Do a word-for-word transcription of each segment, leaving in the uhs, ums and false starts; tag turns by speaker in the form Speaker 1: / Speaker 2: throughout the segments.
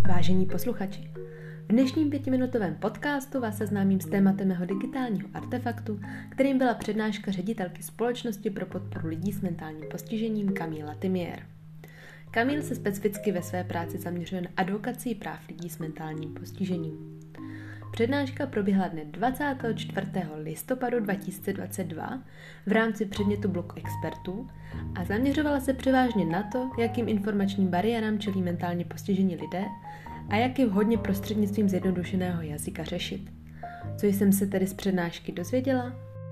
Speaker 1: Vážení posluchači, v dnešním pětiminutovém podcastu vás seznámím s tématem mého digitálního artefaktu, kterým byla přednáška ředitelky Společnosti pro podporu lidí s mentálním postižením Camille Latimer. Camille se specificky ve své práci zaměřuje na advokacii práv lidí s mentálním postižením. Přednáška proběhla dne dvacátého čtvrtého listopadu dva tisíce dvacet dva v rámci předmětu blok expertů a zaměřovala se převážně na to, jakým informačním bariérám čelí mentálně postižení lidé a jak je vhodně prostřednictvím zjednodušeného jazyka řešit. Co jsem se tedy z přednášky dozvěděla?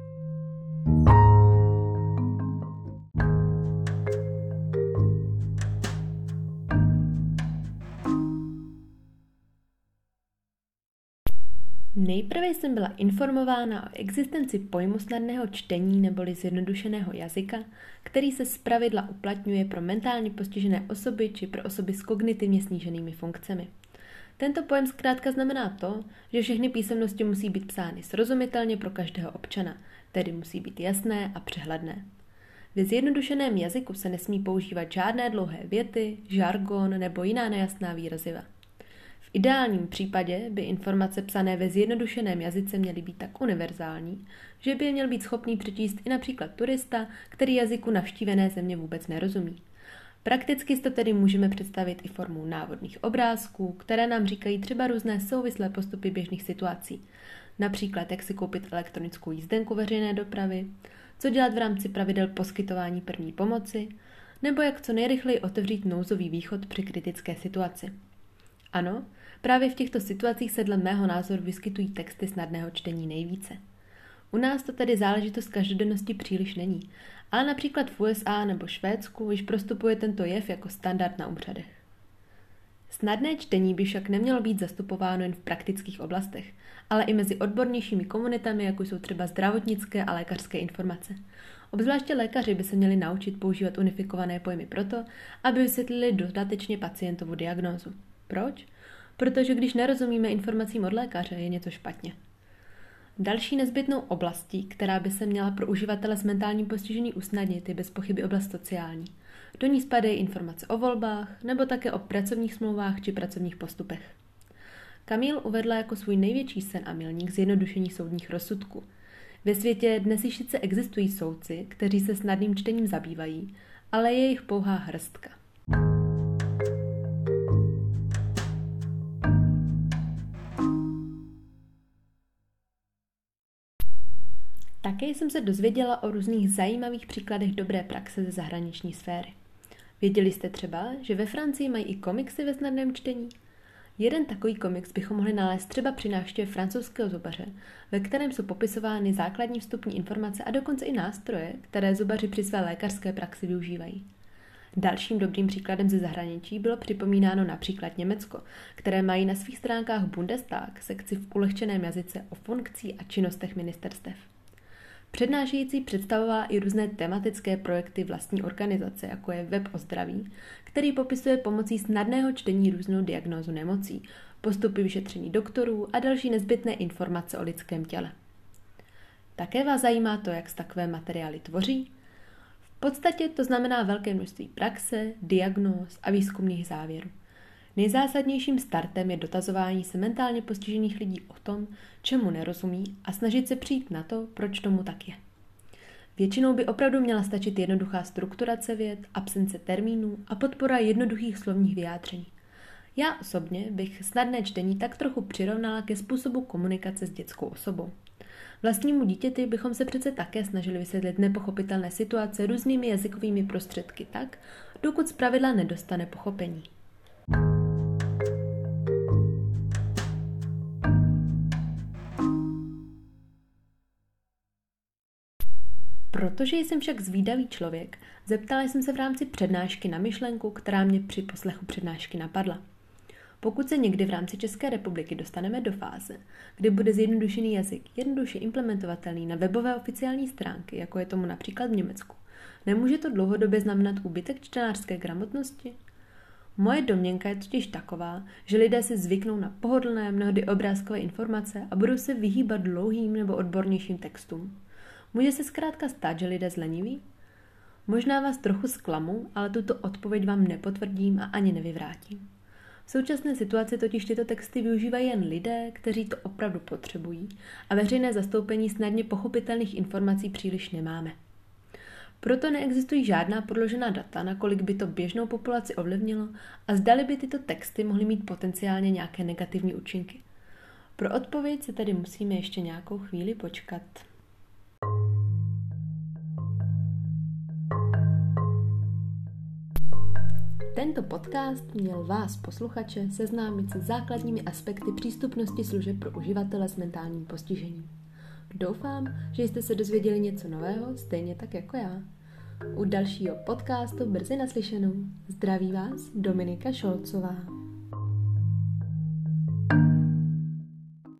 Speaker 1: Nejprve jsem byla informována o existenci pojmu snadného čtení neboli zjednodušeného jazyka, který se zpravidla uplatňuje pro mentálně postižené osoby či pro osoby s kognitivně sníženými funkcemi. Tento pojem zkrátka znamená to, že všechny písemnosti musí být psány srozumitelně pro každého občana, tedy musí být jasné a přehledné. Ve zjednodušeném jazyku se nesmí používat žádné dlouhé věty, žargon nebo jiná nejasná výraziva. V ideálním případě by informace psané ve zjednodušeném jazyce měly být tak univerzální, že by je měl být schopný přečíst i například turista, který jazyku navštívené země vůbec nerozumí. Prakticky to tedy můžeme představit i formou návodných obrázků, které nám říkají třeba různé souvislé postupy běžných situací. Například, jak si koupit elektronickou jízdenku veřejné dopravy, co dělat v rámci pravidel poskytování první pomoci, nebo jak co nejrychleji otevřít nouzový východ při kritické situaci. Ano, právě v těchto situacích se dle mého názoru vyskytují texty snadného čtení nejvíce. U nás to tedy záležitost každodennosti příliš není, ale například v U S A nebo Švédsku již prostupuje tento jev jako standard na úřadech. Snadné čtení by však nemělo být zastupováno jen v praktických oblastech, ale i mezi odbornějšími komunitami, jako jsou třeba zdravotnické a lékařské informace. Obzvláště lékaři by se měli naučit používat unifikované pojmy proto, aby vysvětlili dodatečně pacientovu diagnózu. Proč? Protože když nerozumíme informacím od lékaře, je něco špatně. Další nezbytnou oblastí, která by se měla pro uživatele s mentálním postižením usnadnit, je bez pochyby oblast sociální. Do ní spadají informace o volbách, nebo také o pracovních smlouvách či pracovních postupech. Camille uvedla jako svůj největší sen a milník zjednodušení soudních rozsudků. Ve světě dnes již sice existují soudci, kteří se snadným čtením zabývají, ale je jich pouhá hrstka. Také jsem se dozvěděla o různých zajímavých příkladech dobré praxe ze zahraniční sféry. Věděli jste třeba, že ve Francii mají i komiksy ve snadném čtení? Jeden takový komiks bychom mohli nalézt třeba při návštěvě francouzského zubaře, ve kterém jsou popisovány základní vstupní informace a dokonce i nástroje, které zubaři při své lékařské praxi využívají. Dalším dobrým příkladem ze zahraničí bylo připomínáno například Německo, které mají na svých stránkách Bundestag sekci v ulehčeném jazyce o funkcích a činnostech ministerstev. Přednášející představovala i různé tematické projekty vlastní organizace, jako je Web o zdraví, který popisuje pomocí snadného čtení různou diagnózu nemocí, postupy vyšetření doktorů a další nezbytné informace o lidském těle. Také vás zajímá to, jak se takové materiály tvoří? V podstatě to znamená velké množství praxe, diagnóz a výzkumných závěrů. Nejzásadnějším startem je dotazování se mentálně postižených lidí o tom, čemu nerozumí a snažit se přijít na to, proč tomu tak je. Většinou by opravdu měla stačit jednoduchá strukturace vět, absence termínů a podpora jednoduchých slovních vyjádření. Já osobně bych snadné čtení tak trochu přirovnala ke způsobu komunikace s dětskou osobou. Vlastnímu dítěti bychom se přece také snažili vysvětlit nepochopitelné situace různými jazykovými prostředky tak, dokud zpravidla nedostane pochopení. Protože jsem však zvídavý člověk, zeptala jsem se v rámci přednášky na myšlenku, která mě při poslechu přednášky napadla. Pokud se někdy v rámci České republiky dostaneme do fáze, kdy bude zjednodušený jazyk jednoduše implementovatelný na webové oficiální stránky, jako je tomu například v Německu, nemůže to dlouhodobě znamenat úbytek čtenářské gramotnosti? Moje domněnka je totiž taková, že lidé se zvyknou na pohodlné, mnohdy obrázkové informace a budou se vyhýbat dlouhým nebo odbornějším textům. Může se zkrátka stát, že lidé zleniví? Možná vás trochu zklamu, ale tuto odpověď vám nepotvrdím a ani nevyvrátím. V současné situaci totiž tyto texty využívají jen lidé, kteří to opravdu potřebují a veřejné zastoupení snadně pochopitelných informací příliš nemáme. Proto neexistují žádná podložená data, nakolik by to běžnou populaci ovlivnilo a zdali by tyto texty mohly mít potenciálně nějaké negativní účinky. Pro odpověď se tedy musíme ještě nějakou chvíli počkat. Tento podcast měl vás, posluchače, seznámit se základními aspekty přístupnosti služeb pro uživatele s mentálním postižením. Doufám, že jste se dozvěděli něco nového, stejně tak jako já. U dalšího podcastu brzy naslyšenou. Zdraví vás Dominika Šolcová.